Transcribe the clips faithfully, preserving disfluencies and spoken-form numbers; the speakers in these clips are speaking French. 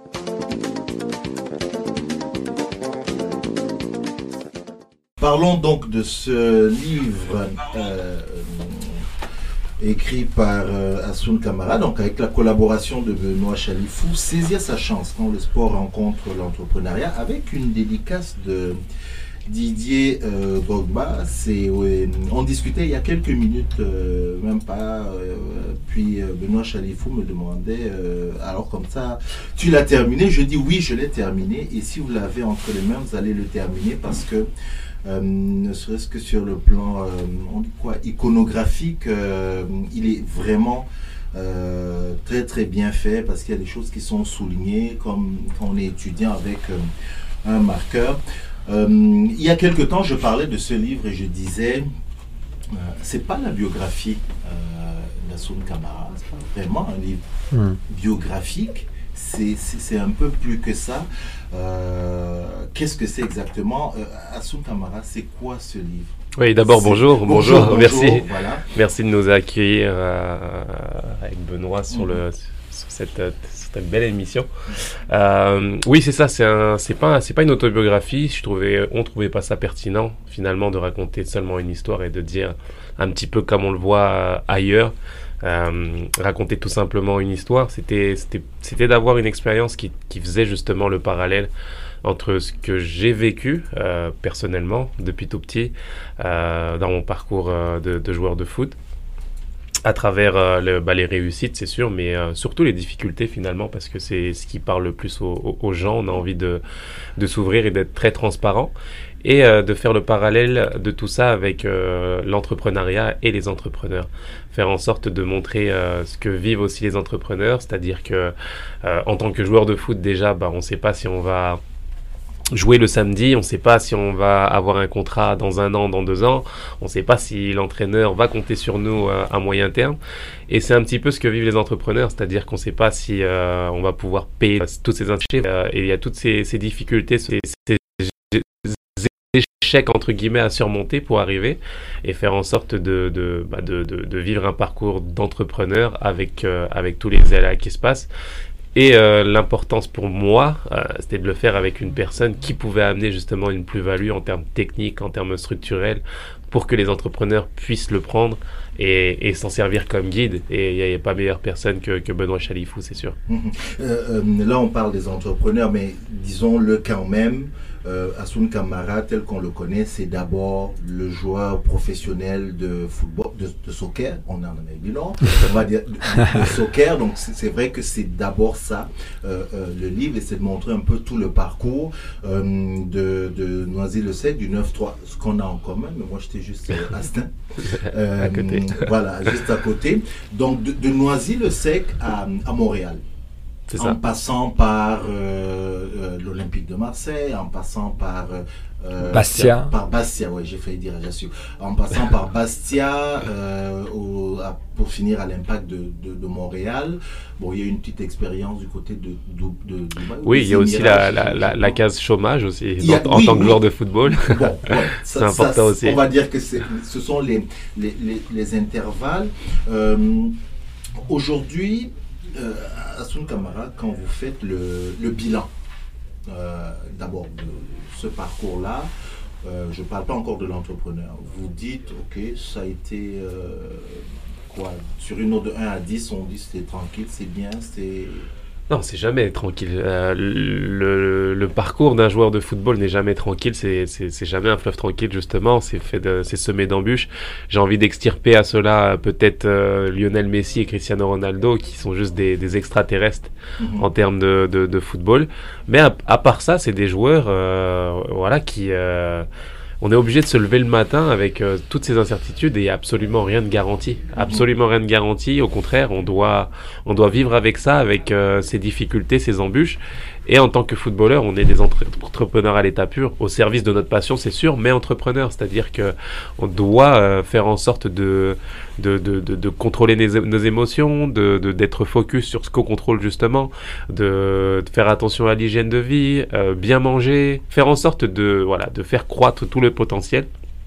Parlons donc de ce livre euh, écrit par euh, Hassoun Camara, donc avec la collaboration de Benoît Chalifou, Saisir sa chance quand le sport rencontre l'entrepreneuriat, avec une dédicace de Didier euh, Drogba. C'est, ouais, on discutait il y a quelques minutes, euh, même pas, euh, puis euh, Benoît Chalifou me demandait, euh, alors comme ça, tu l'as terminé? Je dis oui, je l'ai terminé, et si vous l'avez entre les mains, vous allez le terminer, parce que Euh, ne serait-ce que sur le plan euh, on dit quoi, iconographique, euh, il est vraiment euh, très très bien fait, parce qu'il y a des choses qui sont soulignées comme quand on est étudiant avec euh, un marqueur. Euh, il y a quelque temps, je parlais de ce livre et je disais, euh, c'est pas la biographie euh, d'Hassoun Camara, c'est pas vraiment un livre mmh. biographique. C'est, c'est, c'est un peu plus que ça. Euh, qu'est-ce que c'est exactement? euh, Hassoun Camara, c'est quoi ce livre? Oui, d'abord bonjour, bonjour, bonjour, merci, bonjour, voilà. Merci de nous accueillir euh, avec Benoît sur, mmh. le, sur, cette, sur cette belle émission. Euh, oui, c'est ça, c'est, un, c'est, pas, c'est pas une autobiographie. Je trouvais, on trouvait pas ça pertinent finalement de raconter seulement une histoire et de dire un petit peu comme on le voit euh, ailleurs. Euh, raconter tout simplement une histoire, c'était, c'était, c'était d'avoir une expérience qui, qui faisait justement le parallèle entre ce que j'ai vécu euh, personnellement depuis tout petit euh, dans mon parcours euh, de, de joueur de foot, à travers euh, le, bah, les réussites, c'est sûr, mais euh, surtout les difficultés finalement, parce que c'est ce qui parle le plus aux, aux gens. On a envie de, de s'ouvrir et d'être très transparent, et euh, de faire le parallèle de tout ça avec euh, l'entrepreneuriat et les entrepreneurs. Faire en sorte de montrer euh, ce que vivent aussi les entrepreneurs, c'est-à-dire que euh, en tant que joueur de foot déjà, bah, on ne sait pas si on va jouer le samedi, on ne sait pas si on va avoir un contrat dans un an, dans deux ans, on ne sait pas si l'entraîneur va compter sur nous euh, à moyen terme. Et c'est un petit peu ce que vivent les entrepreneurs, c'est-à-dire qu'on ne sait pas si euh, on va pouvoir payer euh, tous ces intérêts. Euh, et il y a toutes ces, ces difficultés, ces, ces échecs entre guillemets à surmonter pour arriver et faire en sorte de, de, bah de, de, de vivre un parcours d'entrepreneur avec, euh, avec tous les aléas qui se passent. Et euh, l'importance pour moi, euh, c'était de le faire avec une personne qui pouvait amener justement une plus-value en termes techniques, en termes structurels, pour que les entrepreneurs puissent le prendre et, et s'en servir comme guide. Et il n'y a, a pas meilleure personne que, que Benoît Chalifou, c'est sûr. Mmh. Euh, euh, là, on parle des entrepreneurs, mais disons-le quand même, euh, Hassoun Camara, tel qu'on le connaît, c'est d'abord le joueur professionnel de football, de, de soccer, on en a dit non, on va dire de, de soccer, donc c'est, c'est vrai que c'est d'abord ça, euh, euh, le livre, et c'est de montrer un peu tout le parcours euh, de, de Noisy-le-Sec, du neuf trois, ce qu'on a en commun, mais moi j'étais juste euh, Astin, euh, à côté. Voilà, juste à côté, donc de, de Noisy-le-Sec à, à Montréal. C'est en ça. passant par euh, euh, l'Olympique de Marseille, en passant par euh, Bastia. Par Bastia, oui, j'ai failli dire Ajaccio. En passant par Bastia, euh, au, à, pour finir à l'Impact de, de, de Montréal. Bon, il y a une petite expérience du côté de, de, de, de Oui, il y a aussi la, la, la, la case chômage aussi, a, en, oui, en tant que oui. joueur de football. Bon, ouais, c'est ça, important ça, aussi. On va dire que c'est, ce sont les, les, les, les intervalles. Euh, aujourd'hui, Euh, Hassoun Camara, quand vous faites le, le bilan euh, d'abord de ce parcours-là, euh, je ne parle pas encore de l'entrepreneur, vous dites, ok, ça a été euh, quoi, sur une note de un à dix, on dit c'était tranquille, c'est bien, c'est... Non, c'est jamais tranquille. Euh, le, le parcours d'un joueur de football n'est jamais tranquille. C'est, c'est, c'est jamais un fleuve tranquille, justement. C'est fait de, c'est semé d'embûches. J'ai envie d'extirper à cela peut-être euh, Lionel Messi et Cristiano Ronaldo, qui sont juste des, des extraterrestres mmh. en termes de, de, de football. Mais à, à part ça, c'est des joueurs, euh, voilà, qui euh, on est obligé de se lever le matin avec euh, toutes ces incertitudes et il n'y a absolument rien de garanti. Absolument rien de garanti. Au contraire, on doit, on doit vivre avec ça, avec euh, ces difficultés, ces embûches. Et en tant que footballeur, on est des entre- entrepreneurs à l'état pur, au service de notre passion, c'est sûr, mais entrepreneurs. C'est-à-dire qu'on doit euh, faire en sorte de, de, de, de, de contrôler nos, nos émotions, de, de, d'être focus sur ce qu'on contrôle justement, de, de faire attention à l'hygiène de vie, euh, bien manger, faire en sorte de, voilà, de faire croître tout le potentiel.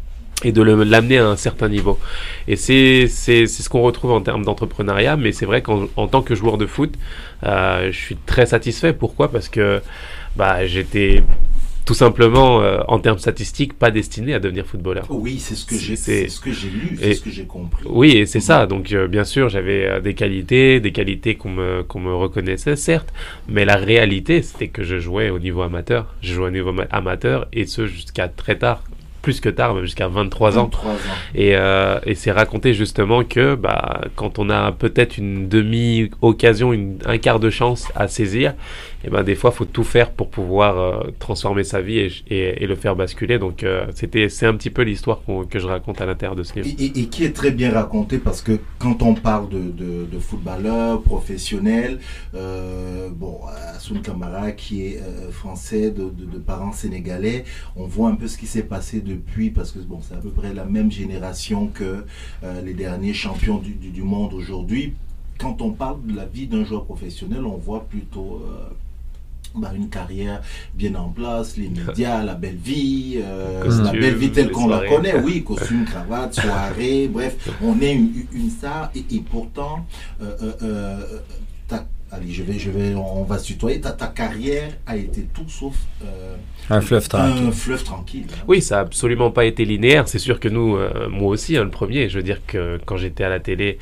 et de le, l'amener à un certain niveau. Et c'est, c'est, c'est ce qu'on retrouve en termes d'entrepreneuriat, mais c'est vrai qu'en en tant que joueur de foot, euh, je suis très satisfait. Pourquoi ? Parce que bah, j'étais tout simplement, euh, en termes statistiques, pas destiné à devenir footballeur. Oui, c'est ce que j'ai, c'est, c'est ce que j'ai lu, c'est et, ce que j'ai compris. Oui, et c'est mmh. ça. Donc, euh, bien sûr, j'avais euh, des qualités, des qualités qu'on me, qu'on me reconnaissait, certes, mais la réalité, c'était que je jouais au niveau amateur. Je jouais au niveau amateur, et ce, jusqu'à très tard. Plus que tard, même jusqu'à vingt-trois ans. vingt-trois ans. Et, euh, et c'est raconté justement que bah, quand on a peut-être une demi-occasion, une, un quart de chance à saisir, et ben, des fois, il faut tout faire pour pouvoir euh, transformer sa vie et, et, et le faire basculer. Donc, euh, c'était, c'est un petit peu l'histoire qu'on, que je raconte à l'intérieur de ce livre. Et, et, et qui est très bien raconté parce que quand on parle de, de, de footballeurs professionnels, euh, bon, Hassoun Camara, qui est euh, français, de, de, de parents sénégalais, on voit un peu ce qui s'est passé depuis, parce que bon, c'est à peu près la même génération que euh, les derniers champions du, du, du monde aujourd'hui. Quand on parle de la vie d'un joueur professionnel, on voit plutôt euh, bah, une carrière bien en place, les médias, la belle vie, euh, costume, la belle vie telle qu'on soirées. La connaît, oui, costume, cravate, soirée, bref, on est une, une star, et, et pourtant, euh, euh, euh, ta, allez, je vais, je vais, on va se tutoyer, ta, ta carrière a été tout sauf... Euh, Un fleuve tranquille. Un fleuve tranquille. Hein. Oui, ça n'a absolument pas été linéaire. C'est sûr que nous, euh, moi aussi, hein, le premier, je veux dire que quand j'étais à la télé,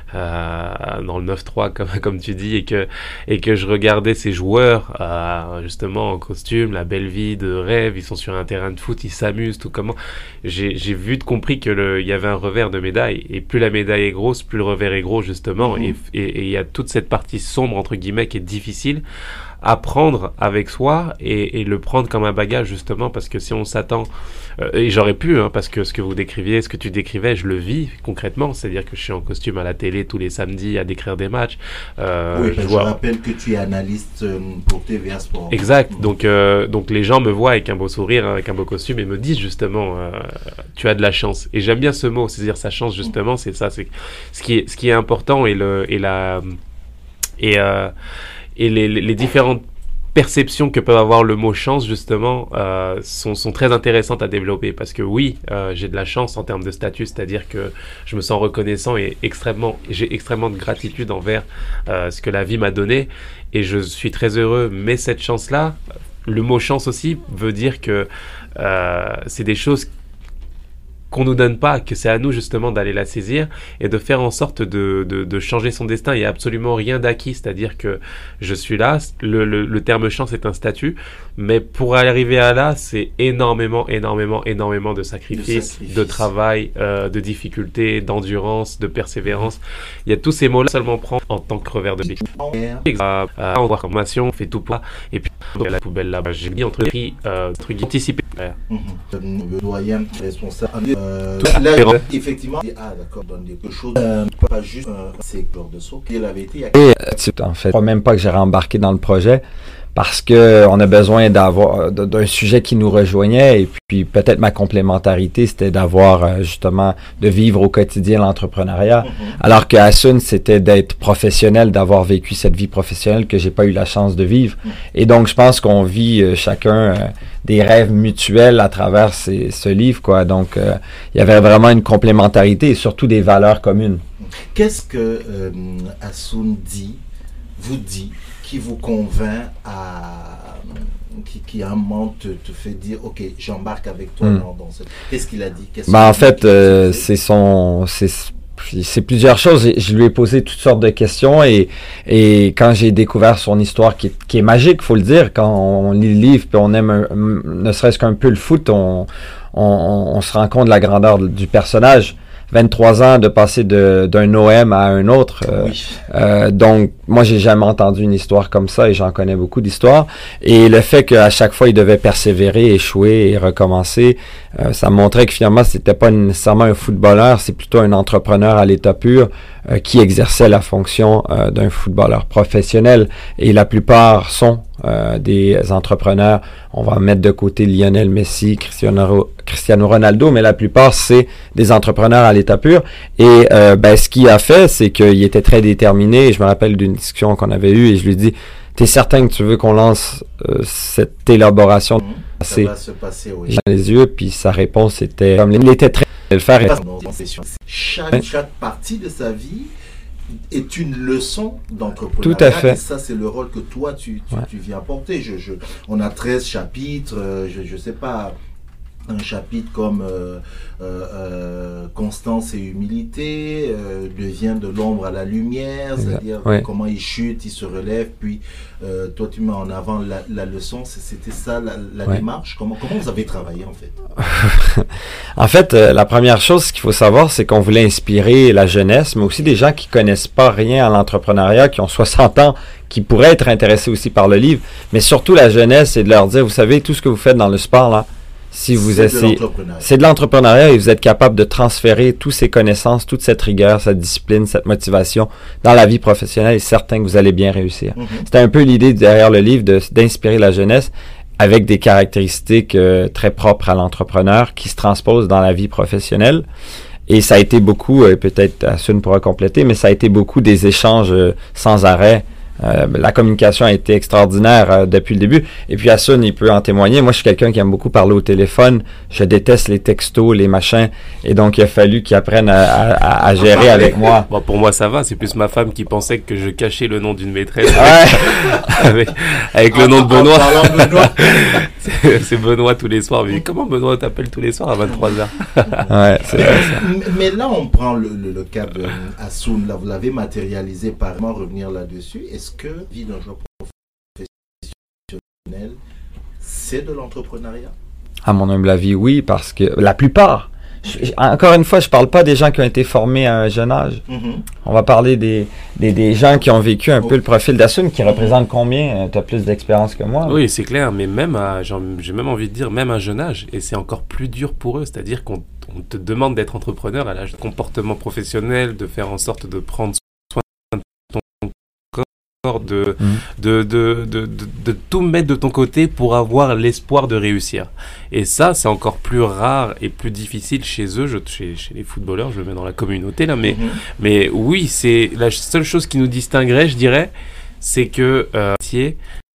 euh, dans le neuf trois, comme, comme tu dis, et que, et que je regardais ces joueurs, euh, justement, en costume, la belle vie de rêve, ils sont sur un terrain de foot, ils s'amusent, tout comment. J'ai, j'ai vu de compris que le, il y avait un revers de médaille. Et plus la médaille est grosse, plus le revers est gros, justement. Mmh. Et, et, et il y a toute cette partie sombre, entre guillemets, qui est difficile à prendre avec soi et, et le prendre comme un bagage, justement, parce que si on s'attend, euh, et j'aurais pu, hein, parce que ce que vous décriviez, ce que tu décrivais, je le vis concrètement, c'est-à-dire que je suis en costume à la télé tous les samedis à décrire des matchs. Euh, oui, je, je vois... rappelle que tu es analyste pour T V A Sport. Exact, donc, euh, donc les gens me voient avec un beau sourire, avec un beau costume, et me disent justement, euh, tu as de la chance. Et j'aime bien ce mot, c'est-à-dire sa chance, justement, c'est ça, c'est ce qui est, ce qui est important, et, le, et la... Et, euh, et les, les différentes perceptions que peut avoir le mot chance, justement, euh, sont, sont très intéressantes à développer, parce que oui, euh, j'ai de la chance en termes de statut, c'est-à-dire que je me sens reconnaissant et extrêmement, j'ai extrêmement de gratitude envers euh, ce que la vie m'a donné, et je suis très heureux, mais cette chance-là, le mot chance aussi veut dire que euh, c'est des choses qu'on nous donne pas, que c'est à nous justement d'aller la saisir et de faire en sorte de, de, de changer son destin. Il n'y a absolument rien d'acquis, c'est-à-dire que je suis là, le, le, le terme chance est un statut, mais pour arriver à là, c'est énormément, énormément, énormément de sacrifices, de, sacrifice. de travail, euh, de difficultés, d'endurance, de persévérance. Il y a tous ces mots-là seulement prendre en tant que revers de l'équipe. Euh, euh, en formation, on fait tout pour et puis la poubelle là-bas, j'ai mis entre prix, euh, truc anticipé. Le doyen responsable. Euh, là, effectivement, ah d'accord, donne quelque chose, euh, pas juste un euh, secteur de saut. Il avait été. Et en fait, je crois même pas que j'ai rembarqué dans le projet parce que on a besoin d'avoir d'un sujet qui nous rejoignait, et puis peut-être ma complémentarité c'était d'avoir euh, justement de vivre au quotidien l'entrepreneuriat, mm-hmm. alors que Hassoun c'était d'être professionnel, d'avoir vécu cette vie professionnelle que j'ai pas eu la chance de vivre, mm-hmm. et donc je pense qu'on vit euh, chacun euh, des rêves mutuels à travers ces, ce livre, quoi. Donc euh, il y avait vraiment une complémentarité et surtout des valeurs communes. Qu'est-ce que euh, Hassoun dit, vous dit, qui vous convainc à, qui, qui à un moment te, te fait dire, ok, j'embarque avec toi mm. dans, dans ce... Qu'est-ce qu'il a dit? Qu'est-ce ben, en fait, euh, c'est son, c'est, c'est plusieurs choses. Je lui ai posé toutes sortes de questions, et, et quand j'ai découvert son histoire qui est, qui est magique, faut le dire, quand on lit le livre puis on aime un, ne serait-ce qu'un peu le foot, on, on, on se rend compte de la grandeur du personnage. vingt-trois ans de passer de, d'un O M à un autre. Euh, oui. euh, donc, moi, j'ai jamais entendu une histoire comme ça, et j'en connais beaucoup d'histoires. Et le fait qu'à chaque fois, il devait persévérer, échouer et recommencer, euh, ça montrait que finalement, c'était pas nécessairement un footballeur, c'est plutôt un entrepreneur à l'état pur euh, qui exerçait la fonction euh, d'un footballeur professionnel. Et la plupart sont Euh, des entrepreneurs. On va mettre de côté Lionel Messi, Cristiano, Cristiano Ronaldo, mais la plupart, c'est des entrepreneurs à l'état pur. Et euh, ben, ce qu'il a fait, c'est qu'il était très déterminé. Et je me rappelle d'une discussion qu'on avait eue, et je lui dis, t'es certain que tu veux qu'on lance euh, cette élaboration? Mmh, ça va se passer, oui. Dans les yeux, puis sa réponse était, comme il était très le faire. Chaque, chaque partie de sa vie est une leçon d'entrepreneuriat. Tout à fait. Et ça, c'est le rôle que toi, tu, tu, Ouais. tu viens apporter. Je, je, on a treize chapitres, euh, je ne sais pas, un chapitre comme euh, euh, euh, Constance et humilité, euh, devient de l'ombre à la lumière, Exact. c'est-à-dire Ouais. comment il chute, il se relève, puis euh, toi tu mets en avant la, la leçon, c'était ça la, la Ouais. démarche. Comment, comment vous avez travaillé en fait? En fait, euh, la première chose qu'il faut savoir, c'est qu'on voulait inspirer la jeunesse, mais aussi des gens qui connaissent pas rien à l'entrepreneuriat, qui ont soixante ans, qui pourraient être intéressés aussi par le livre, mais surtout la jeunesse, et de leur dire, vous savez, tout ce que vous faites dans le sport, là, si vous C'est de essayez, l'entrepreneuriat. c'est de l'entrepreneuriat et vous êtes capable de transférer toutes ces connaissances, toute cette rigueur, cette discipline, cette motivation dans la vie professionnelle, et certain que vous allez bien réussir. Mhm. C'était un peu l'idée derrière le livre de, d'inspirer la jeunesse avec des caractéristiques euh, très propres à l'entrepreneur qui se transposent dans la vie professionnelle. Et ça a été beaucoup, euh, peut-être Assun pourra compléter, mais ça a été beaucoup des échanges euh, sans arrêt. Euh, la communication a été extraordinaire euh, depuis le début. Et puis Assun, il peut en témoigner. Moi, je suis quelqu'un qui aime beaucoup parler au téléphone. Je déteste les textos, les machins. Et donc, il a fallu qu'il apprenne à, à, à gérer avec moi. Bon, pour moi, ça va. C'est plus ma femme qui pensait que je cachais le nom d'une maîtresse Ouais. avec, avec le En- nom de en Benoît. parlant de Benoît. c'est, c'est Benoît tous les soirs. Mais comment Benoît t'appelle tous les soirs à vingt-trois heures? Ouais, c'est vrai, ça. Mais- Mais là, on prend le, le, le cas de Assun, là, vous l'avez matérialisé par moi, revenir là-dessus. Est-ce que vie d'un joueur professionnel, c'est de l'entrepreneuriat? À mon humble avis, oui, parce que la plupart, je- je- encore une fois, je parle pas des gens qui ont été formés à un jeune âge. Mhm. On va parler des, des, des gens qui ont vécu un peu le profil d'Assun, qui représente combien? Tu as plus d'expérience que moi. Oui, c'est clair, mais même à, j'ai j'ai même envie de dire, même à un jeune âge, et c'est encore plus dur pour eux, c'est-à-dire qu'on on te demande d'être entrepreneur à l'âge de comportement professionnel, de faire en sorte de prendre soin de ton corps, de, Mhm. de, de, de, de, de tout mettre de ton côté pour avoir l'espoir de réussir. Et ça, c'est encore plus rare et plus difficile chez eux, je, chez, chez les footballeurs, je le mets dans la communauté là, mais Mhm. mais oui, c'est la seule chose qui nous distinguerait, je dirais, c'est que euh, métier,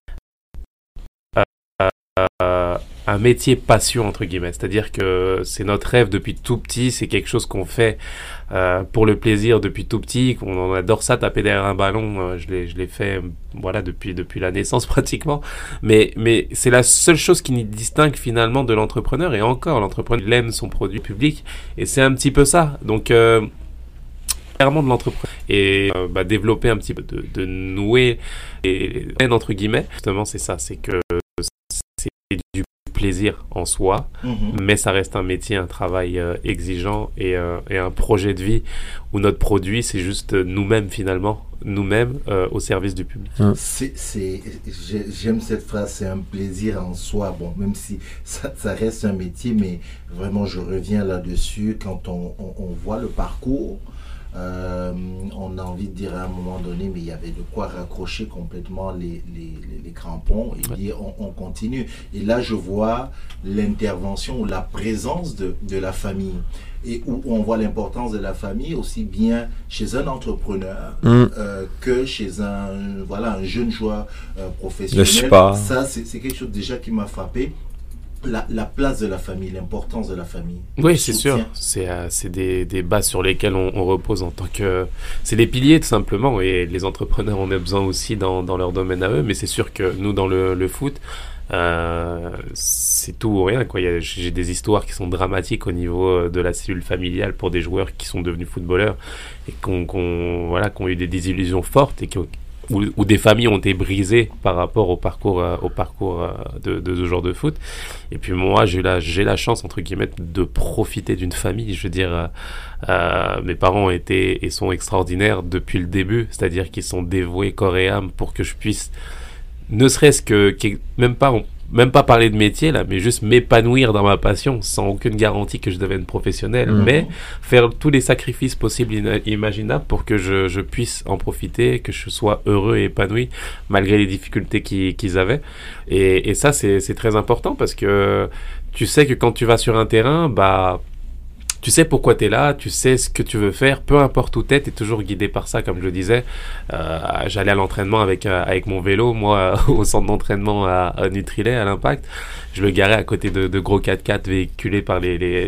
euh, euh, un métier passion entre guillemets, c'est-à-dire que c'est notre rêve depuis tout petit, c'est quelque chose qu'on fait euh, pour le plaisir depuis tout petit, qu'on on adore ça, taper derrière un ballon, euh, je l'ai je l'ai fait, euh, voilà, depuis depuis la naissance pratiquement, mais mais c'est la seule chose qui nous distingue finalement de l'entrepreneur, et encore l'entrepreneur il aime son produit public, et c'est un petit peu ça, donc euh, clairement de l'entreprise et euh, bah, développer un petit peu de, de nouer et entre guillemets, justement c'est ça, c'est que c'est du plaisir en soi, Mhm. mais ça reste un métier, un travail euh, exigeant et, euh, et un projet de vie où notre produit c'est juste nous-mêmes finalement, nous-mêmes euh, au service du public. C'est, c'est, j'ai- j'aime cette phrase, c'est un plaisir en soi. Bon, même si ça, ça reste un métier, mais vraiment, je reviens là-dessus. Quand on, on, on voit le parcours, euh, on a envie de dire à un moment donné, mais il y avait de quoi raccrocher complètement les, les, les, les crampons et Ouais. dire on, on continue. Et là, je vois l'intervention ou la présence de, de la famille. Et où on voit l'importance de la famille aussi bien chez un entrepreneur Mm. euh, que chez un, voilà, un jeune joueur euh, professionnel. Le support. Ça, c'est c'est quelque chose déjà qui m'a frappé. La, la place de la famille, l'importance de la famille. Oui, Le c'est soutien. sûr. C'est euh, c'est des, des bases sur lesquelles on, on repose en tant que... C'est des piliers, tout simplement. Et les entrepreneurs, on a besoin aussi dans, dans leur domaine à eux. Mais c'est sûr que nous, dans le, le foot, euh, c'est tout ou rien, quoi. Il y a- J'ai des histoires qui sont dramatiques au niveau euh, de la cellule familiale pour des joueurs qui sont devenus footballeurs et qu'on, qu'on, voilà, qui ont eu des désillusions fortes et qui ont- où, où des familles ont été brisées par rapport au parcours, euh, au parcours euh, de, de ce genre de foot. Et puis moi, j'ai eu la, j'ai la chance, entre guillemets, de profiter d'une famille. Je veux dire, euh, euh, mes parents ont été et sont extraordinaires depuis le début, c'est-à-dire qu'ils sont dévoués corps et âme pour que je puisse, ne serait-ce que, que- même pas, on- même pas parler de métier là, mais juste m'épanouir dans ma passion, sans aucune garantie que je devienne professionnel, Mhm. mais faire tous les sacrifices possibles et imaginables pour que je, je puisse en profiter, que je sois heureux et épanoui malgré les difficultés qu'ils qu'ils avaient. Et, et ça, c'est c'est très important parce que tu sais que quand tu vas sur un terrain, bah, tu sais pourquoi tu es là, tu sais ce que tu veux faire, peu importe où tu es, tu es toujours guidé par ça, comme je le disais. Euh, J'allais à l'entraînement avec, euh, avec mon vélo, moi, au centre d'entraînement à, à Nutrilait, à l'Impact. Je le garais à côté de, de gros quatre-quatre véhiculés par les, les,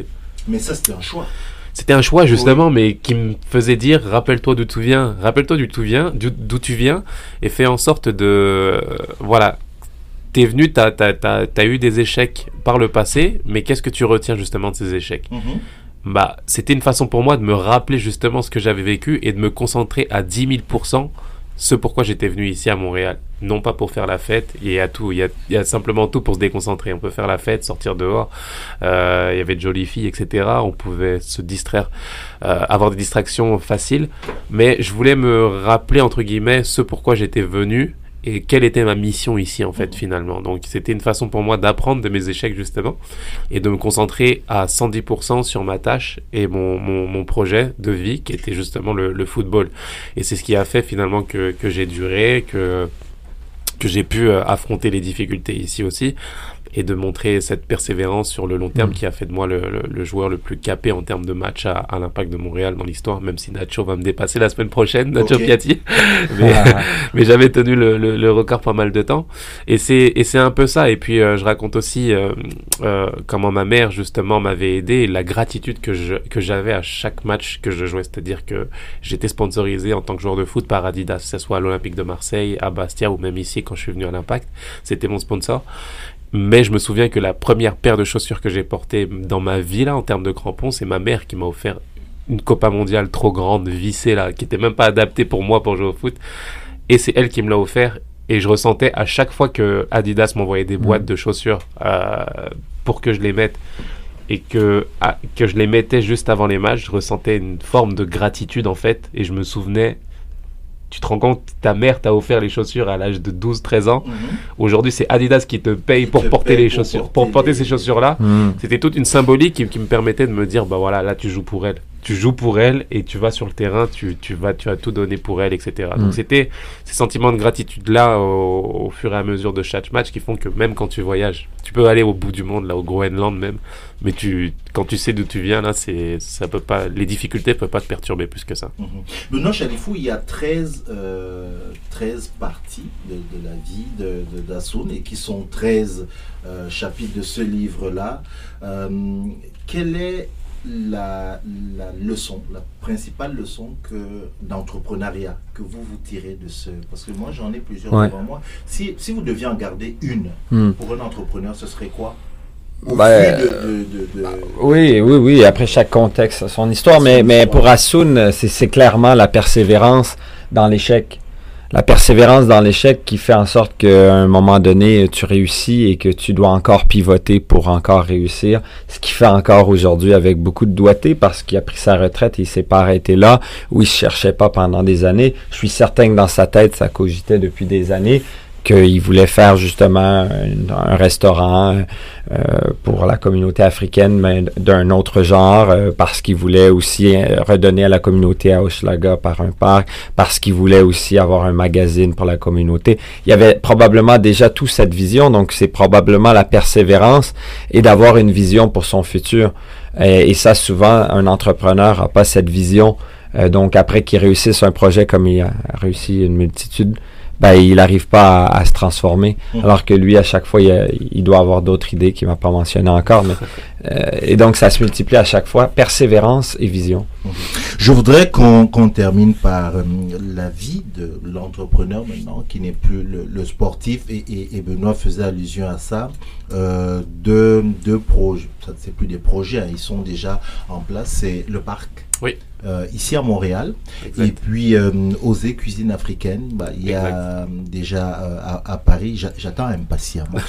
Mais ça, c'était un choix. C'était un choix justement, oui. mais qui me faisait dire rappelle-toi d'où tu viens, rappelle-toi d'où tu viens, d'où tu viens, et fais en sorte de, euh, voilà, t'es venu, t'as, t'as, t'as, t'as eu des échecs par le passé, mais qu'est-ce que tu retiens justement de ces échecs? Mm-hmm. Bah, c'était une façon pour moi de me rappeler justement ce que j'avais vécu et de me concentrer à dix mille pour cent ce pourquoi j'étais venu ici à Montréal. Non pas pour faire la fête, il y a tout, il y a, il y a simplement tout pour se déconcentrer. On peut faire la fête, sortir dehors, euh, il y avait de jolies filles, et cetera. On pouvait se distraire, euh, avoir des distractions faciles. Mais je voulais me rappeler, entre guillemets, ce pourquoi j'étais venu et quelle était ma mission ici, en fait, finalement. Donc, c'était une façon pour moi d'apprendre de mes échecs, justement, et de me concentrer à cent dix pour cent sur ma tâche et mon, mon, mon projet de vie, qui était justement le, le football. Et c'est ce qui a fait, finalement, que, que j'ai duré, que... que j'ai pu euh, affronter les difficultés ici aussi et de montrer cette persévérance sur le long terme mmh. qui a fait de moi le, le, le joueur le plus capé en termes de match à, à l'Impact de Montréal dans l'histoire, même si Nacho va me dépasser la semaine prochaine, Nacho okay. Piatti, mais, ah. mais j'avais tenu le, le, le record pas mal de temps et c'est, et c'est un peu ça. Et puis euh, je raconte aussi euh, euh, comment ma mère justement m'avait aidé et la gratitude que, je, que j'avais à chaque match que je jouais, c'est-à-dire que j'étais sponsorisé en tant que joueur de foot par Adidas, que ce soit à l'Olympique de Marseille, à Bastia ou même ici quand je suis venu à l'Impact, c'était mon sponsor. Mais je me souviens que la première paire de chaussures que j'ai portées dans ma vie, là, en termes de crampons, c'est ma mère qui m'a offert une Copa mondiale trop grande, vissée, là, qui était même pas adaptée pour moi pour jouer au foot. Et c'est elle qui me l'a offert. Et je ressentais à chaque fois que Adidas m'envoyait des boîtes de chaussures euh, pour que je les mette et que, à, que je les mettais juste avant les matchs, je ressentais une forme de gratitude, en fait. Et je me souvenais... Tu te rends compte, ta mère t'a offert les chaussures à l'âge de douze treize ans. Mm-hmm. Aujourd'hui, c'est Adidas qui te paye pour te porter paye les pour chaussures. Porter pour porter les... ces chaussures-là, mm. c'était toute une symbolique qui, qui me permettait de me dire, bah voilà, là, tu joues pour elle. Tu joues pour elle et tu vas sur le terrain, tu, tu, vas, tu vas tout donner pour elle, et cetera. Mm. Donc, c'était ces sentiments de gratitude-là au, au fur et à mesure de chaque match qui font que même quand tu voyages, tu peux aller au bout du monde, là, au Groenland même, mais tu, quand tu sais d'où tu viens, là, c'est, ça peut pas, les difficultés ne peuvent pas te perturber plus que ça. Mm-hmm. Benoît Chalifou, il y a treize, euh, treize parties de, de la vie de, de d'Assoun et qui sont treize euh, chapitres de ce livre-là. Euh, quelle est la, la leçon, la principale leçon que, d'entrepreneuriat que vous vous tirez de ce... Parce que moi, j'en ai plusieurs ouais. devant moi. Si, si vous deviez en garder une mm. pour un entrepreneur, ce serait quoi? Bah, de, de, de, de... Oui, oui, oui. Après, chaque contexte a son histoire. Mais, mais pour Assoun, c'est, c'est clairement la persévérance dans l'échec. La persévérance dans l'échec qui fait en sorte qu'à un moment donné, tu réussis et que tu dois encore pivoter pour encore réussir. Ce qu'il fait encore aujourd'hui avec beaucoup de doigté parce qu'il a pris sa retraite et il s'est pas arrêté là où il se cherchait pas pendant des années. Je suis certain que dans sa tête, ça cogitait depuis des années qu'il voulait faire justement un, un restaurant euh, pour la communauté africaine, mais d'un autre genre, euh, parce qu'il voulait aussi redonner à la communauté à Hochelaga par un parc, parce qu'il voulait aussi avoir un magazine pour la communauté. Il y avait probablement déjà toute cette vision, donc c'est probablement la persévérance et d'avoir une vision pour son futur. Et, et ça, souvent, un entrepreneur n'a pas cette vision. Euh, donc après qu'il réussisse un projet comme il a réussi une multitude, ben, il n'arrive pas à, à se transformer. Mmh. Alors que lui, à chaque fois, il, a, il doit avoir d'autres idées qu'il ne m'a pas mentionnées encore. Mais, euh, et donc, ça se multiplie à chaque fois. Persévérance et vision. Mmh. Je voudrais qu'on, qu'on termine par euh, la vie de l'entrepreneur maintenant, qui n'est plus le, le sportif. Et, et, et Benoît faisait allusion à ça. Euh, deux, deux projets, ça c'est plus des projets, hein, ils sont déjà en place. C'est le parc. Oui. Euh, ici à Montréal, exact. Et puis euh, Oser Cuisine Africaine, bah, il y a euh, déjà euh, à, à Paris, j'a, j'attends impatiemment.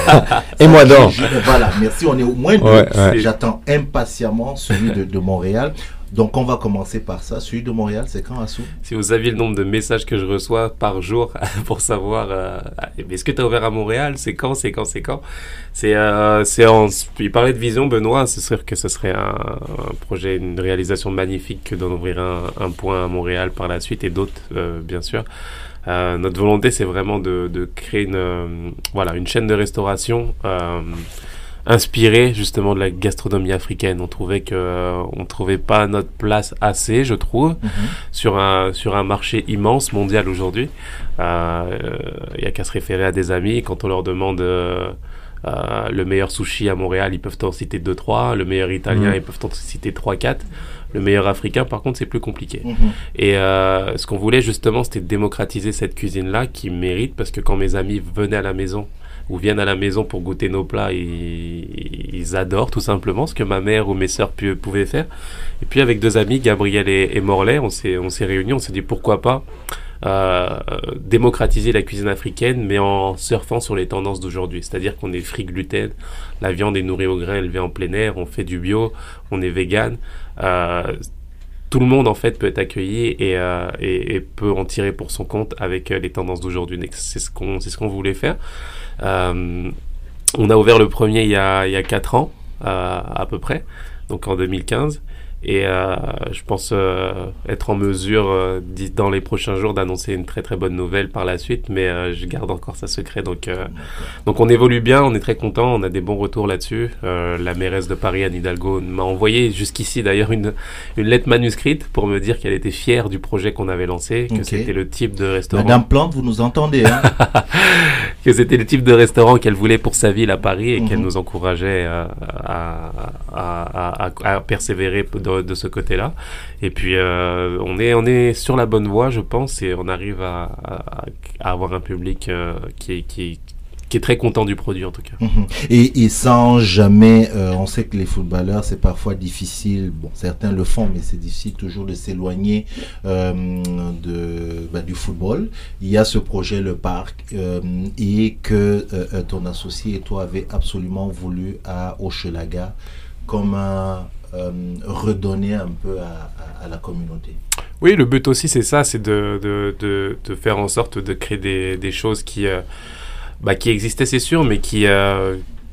Et moi donc. Je, je, voilà, merci, on est au moins deux. Ouais, ouais. J'attends impatiemment celui de, de Montréal. Donc on va commencer par ça. Celui de Montréal, c'est quand, Assou? Si vous aviez le nombre de messages que je reçois par jour pour savoir euh, est-ce que tu as ouvert à Montréal, c'est quand, c'est quand, c'est quand c'est, euh, c'est en... Il parlait de vision, Benoît, c'est sûr que ce serait un, un projet, une réalisation magnifique que d'en ouvrir un, un point à Montréal par la suite et d'autres, euh, bien sûr. Euh, notre volonté, c'est vraiment de, de créer une, euh, voilà, une chaîne de restauration euh, inspiré justement de la gastronomie africaine. On trouvait que euh, on trouvait pas notre place assez, je trouve, mm-hmm. sur un sur un marché immense mondial aujourd'hui. Il euh, euh, y a qu'à se référer à des amis quand on leur demande euh, Euh, le meilleur sushi à Montréal, ils peuvent t'en citer deux trois. Le meilleur italien, mmh. ils peuvent t'en citer trois quatre. Le meilleur africain, par contre, c'est plus compliqué. Mmh. Et euh, ce qu'on voulait justement, c'était démocratiser cette cuisine-là qui mérite, parce que quand mes amis venaient à la maison, ou viennent à la maison pour goûter nos plats, ils, ils adorent tout simplement ce que ma mère ou mes sœurs pu, pouvaient faire. Et puis avec deux amis, Gabriel et, et Morlaix, on s'est, on s'est réunis, on s'est dit pourquoi pas euh, démocratiser la cuisine africaine, mais en surfant sur les tendances d'aujourd'hui. C'est-à-dire qu'on est free gluten, la viande est nourrie au grain, élevée en plein air, on fait du bio, on est vegan. Euh, tout le monde en fait peut être accueilli et, euh, et, et peut en tirer pour son compte avec euh, les tendances d'aujourd'hui. C'est ce qu'on, c'est ce qu'on voulait faire. Euh, on a ouvert le premier il y a, il y a quatre ans euh, à peu près, donc en deux mille quinze, et euh, je pense euh, être en mesure euh, dans les prochains jours d'annoncer une très très bonne nouvelle par la suite, mais euh, je garde encore ça secret, donc, euh, donc on évolue bien, on est très content, on a des bons retours là-dessus. Euh, la mairesse de Paris, Anne Hidalgo, m'a envoyé jusqu'ici d'ailleurs une, une lettre manuscrite pour me dire qu'elle était fière du projet qu'on avait lancé, que okay. c'était le type de restaurant... Madame Plante, vous nous entendez, hein? Que c'était le type de restaurant qu'elle voulait pour sa ville à Paris et mmh. qu'elle nous encourageait euh, à, à, à, à persévérer de, de ce côté-là. Et puis, euh, on, est, on est sur la bonne voie, je pense, et on arrive à, à, à avoir un public euh, qui est... Qui est qui est très content du produit en tout cas. Mmh. Et, et sans jamais, euh, on sait que les footballeurs, c'est parfois difficile, bon, certains le font, mais c'est difficile toujours de s'éloigner euh, de, bah, du football. Il y a ce projet, le parc, euh, et que euh, ton associé et toi avez absolument voulu à Hochelaga comme un, euh, redonner un peu à, à, à la communauté. Oui, le but aussi, c'est ça, c'est de, de, de, de faire en sorte de créer des, des choses qui... Euh, Bah, qui existait, c'est sûr, mais qui, euh,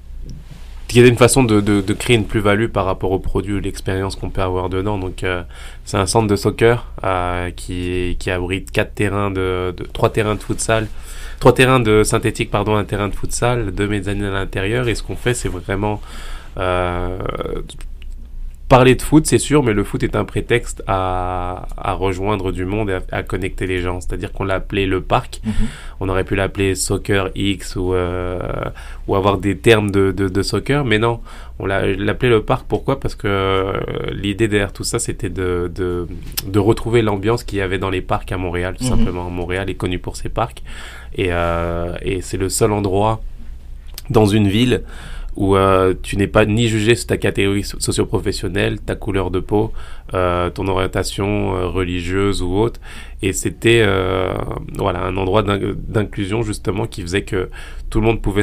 qui était une façon de, de, de créer une plus-value par rapport au produit ou l'expérience qu'on peut avoir dedans. Donc, euh, c'est un centre de soccer euh, qui, qui abrite quatre terrains de, de trois terrains de futsal, trois terrains de synthétique, pardon, un terrain de futsal, deux mezzanines à l'intérieur. Et ce qu'on fait, c'est vraiment euh, parler de foot, c'est sûr, mais le foot est un prétexte à, à rejoindre du monde et à, à connecter les gens. C'est-à-dire qu'on l'a appelé le parc. Mmh. On aurait pu l'appeler Soccer X ou, euh, ou avoir des termes de, de, de soccer, mais non, on l'a l'appelé le parc. Pourquoi? Parce que euh, l'idée derrière tout ça, c'était de, de, de retrouver l'ambiance qu'il y avait dans les parcs à Montréal, tout mmh. simplement. Montréal est connu pour ses parcs, et, euh, et c'est le seul endroit dans une ville où euh, tu n'es pas ni jugé sur ta catégorie socio-professionnelle, ta couleur de peau, euh, ton orientation euh, religieuse ou autre. Et c'était euh, voilà, un endroit d'inclusion justement qui faisait que tout le monde pouvait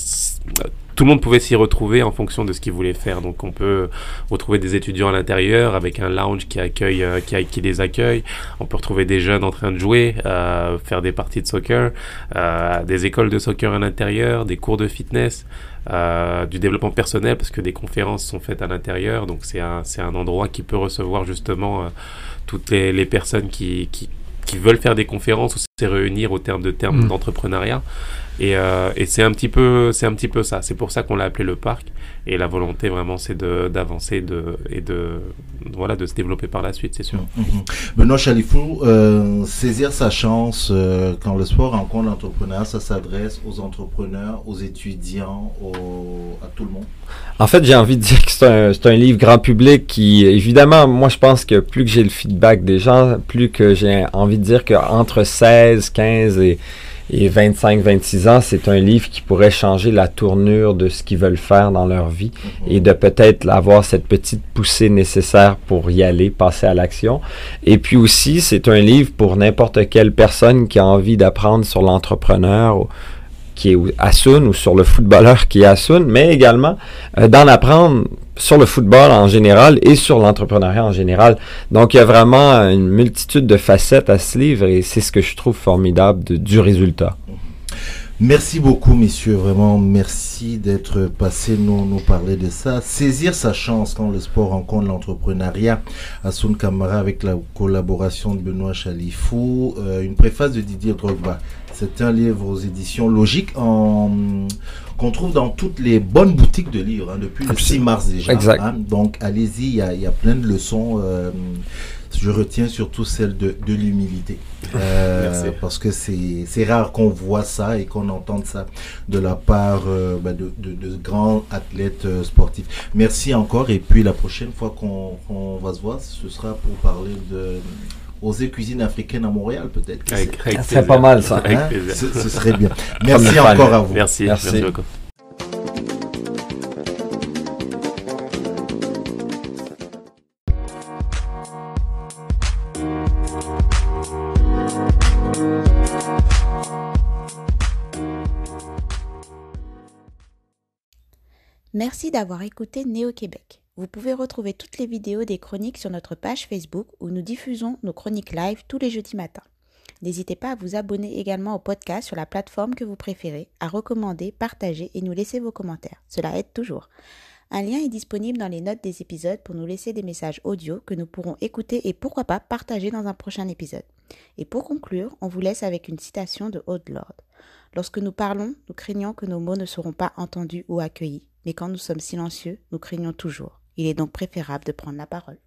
tout le monde pouvait s'y retrouver en fonction de ce qu'il voulait faire. Donc on peut retrouver des étudiants à l'intérieur avec un lounge qui accueille, euh, qui, qui les accueille. On peut retrouver des jeunes en train de jouer, euh, faire des parties de soccer, euh, des écoles de soccer à l'intérieur, des cours de fitness. Euh, du développement personnel parce que des conférences sont faites à l'intérieur, donc c'est un, c'est un endroit qui peut recevoir justement euh, toutes les, les personnes qui, qui, qui veulent faire des conférences ou se réunir au terme de termes mmh. d'entrepreneuriat. Et, euh, et c'est un petit peu, c'est un petit peu ça. C'est pour ça qu'on l'a appelé le parc. Et la volonté vraiment, c'est de d'avancer de et de voilà de se développer par la suite, c'est sûr. Mmh, mmh. Benoît Chalifou, euh, saisir sa chance euh, quand le sport rencontre l'entrepreneur, ça s'adresse aux entrepreneurs, aux étudiants, aux, à tout le monde. En fait, j'ai envie de dire que c'est un, c'est un livre grand public qui, évidemment, moi je pense que plus que j'ai le feedback des gens, plus que j'ai envie de dire qu'entre seize, quinze et Et vingt-cinq, vingt-six ans, c'est un livre qui pourrait changer la tournure de ce qu'ils veulent faire dans leur vie mmh. et de peut-être avoir cette petite poussée nécessaire pour y aller, passer à l'action. Et puis aussi, c'est un livre pour n'importe quelle personne qui a envie d'apprendre sur l'entrepreneur qui est à Sun ou sur le footballeur qui est à Sun, mais également euh, d'en apprendre sur le football en général et sur l'entrepreneuriat en général. Donc, il y a vraiment une multitude de facettes à ce livre et c'est ce que je trouve formidable de, du résultat. Merci beaucoup, messieurs. Vraiment, merci d'être passés nous, nous parler de ça. Saisir sa chance quand le sport rencontre l'entrepreneuriat. Hassoun Camara avec la collaboration de Benoît Chalifou. Euh, une préface de Didier Drogba. C'est un livre aux éditions Logique en... qu'on trouve dans toutes les bonnes boutiques de livres hein, depuis le six mars déjà. Exact. Hein. Donc, allez-y, il y, y a plein de leçons. Euh, je retiens surtout celle de, de l'humilité. Euh, parce que c'est, c'est rare qu'on voit ça et qu'on entende ça de la part euh, bah, de, de, de grands athlètes euh, sportifs. Merci encore. Et puis la prochaine fois qu'on, qu'on va se voir, ce sera pour parler de Oser cuisine africaine à Montréal, peut-être. Avec, avec c'est pas mal ça. Hein? ce, ce serait bien. Merci encore à vous. Merci. Merci, merci beaucoup. Merci d'avoir écouté Néo-Québec. Vous pouvez retrouver toutes les vidéos des chroniques sur notre page Facebook où nous diffusons nos chroniques live tous les jeudis matins. N'hésitez pas à vous abonner également au podcast sur la plateforme que vous préférez, à recommander, partager et nous laisser vos commentaires. Cela aide toujours. Un lien est disponible dans les notes des épisodes pour nous laisser des messages audio que nous pourrons écouter et pourquoi pas partager dans un prochain épisode. Et pour conclure, on vous laisse avec une citation de Audre Lorde. Lorsque nous parlons, nous craignons que nos mots ne seront pas entendus ou accueillis. Mais quand nous sommes silencieux, nous craignons toujours. Il est donc préférable de prendre la parole.